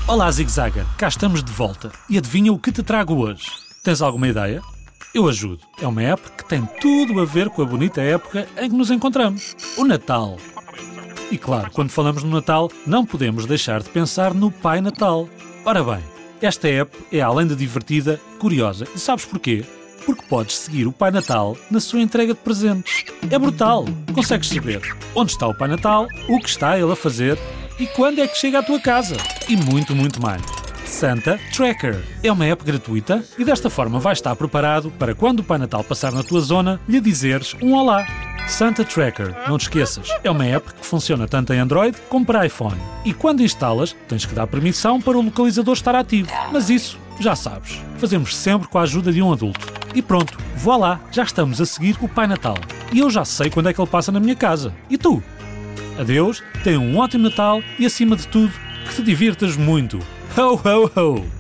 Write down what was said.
Olá, Zig Zagger, cá estamos de volta. E adivinha o que te trago hoje? Tens alguma ideia? Eu ajudo. É uma app que tem tudo a ver com a bonita época em que nos encontramos. O Natal. E claro, quando falamos no Natal, não podemos deixar de pensar no Pai Natal. Ora bem, esta app é além de divertida, curiosa. E sabes porquê? Porque podes seguir o Pai Natal na sua entrega de presentes. É brutal! Consegues saber onde está o Pai Natal, o que está ele a fazer e quando é que chega à tua casa. E muito, muito mais. Santa Tracker é uma app gratuita e desta forma vais estar preparado para quando o Pai Natal passar na tua zona lhe dizeres um olá. Santa Tracker, não te esqueças, é uma app que funciona tanto em Android como para iPhone. E quando instalas, tens que dar permissão para o localizador estar ativo. Mas isso, já sabes, fazemos sempre com a ajuda de um adulto. E pronto, voilá, já estamos a seguir o Pai Natal. E eu já sei quando é que ele passa na minha casa. E tu? Adeus, tenha um ótimo Natal e, acima de tudo, que te divirtas muito. Ho, ho, ho!